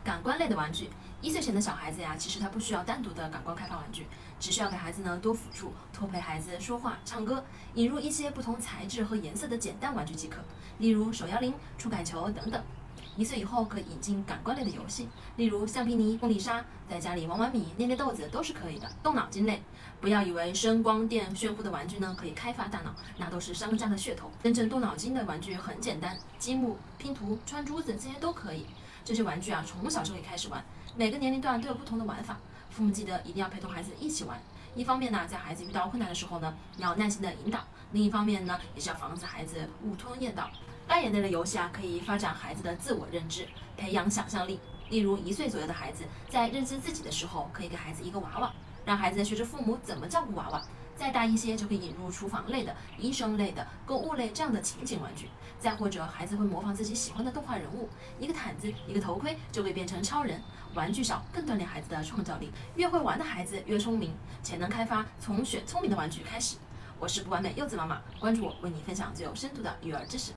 感官类的玩具，1岁前的小孩子呀，其实他不需要单独的感官开发玩具，只需要给孩子呢多辅助，多陪孩子说话、唱歌，引入一些不同材质和颜色的简单玩具即可，例如手摇铃、触感球等等。1岁以后可以引进感官类的游戏，例如橡皮泥、碰力沙，在家里玩玩米、捏捏豆子都是可以的。动脑筋类，不要以为声光电炫酷的玩具呢可以开发大脑，那都是商家的噱头。真正动脑筋的玩具很简单，积木、拼图、穿珠子这些都可以。这些玩具啊，从小就可以开始玩，每个年龄段都有不同的玩法。父母记得一定要陪同孩子一起玩。一方面呢，在孩子遇到困难的时候呢，要耐心的引导；另一方面呢，也是要防止孩子误吞咽道。扮演类的游戏啊，可以发展孩子的自我认知，培养想象力。例如1岁左右的孩子，在认知自己的时候，可以给孩子一个娃娃，让孩子学着父母怎么照顾娃娃。再大一些，就可以引入厨房类的、医生类的、购物类这样的情景玩具。再或者，孩子会模仿自己喜欢的动画人物，一个毯子、一个头盔就会变成超人。玩具少，更锻炼孩子的创造力。越会玩的孩子越聪明，潜能开发从选聪明的玩具开始。我是不完美柚子妈妈，关注我，为你分享最有深度的育儿知识。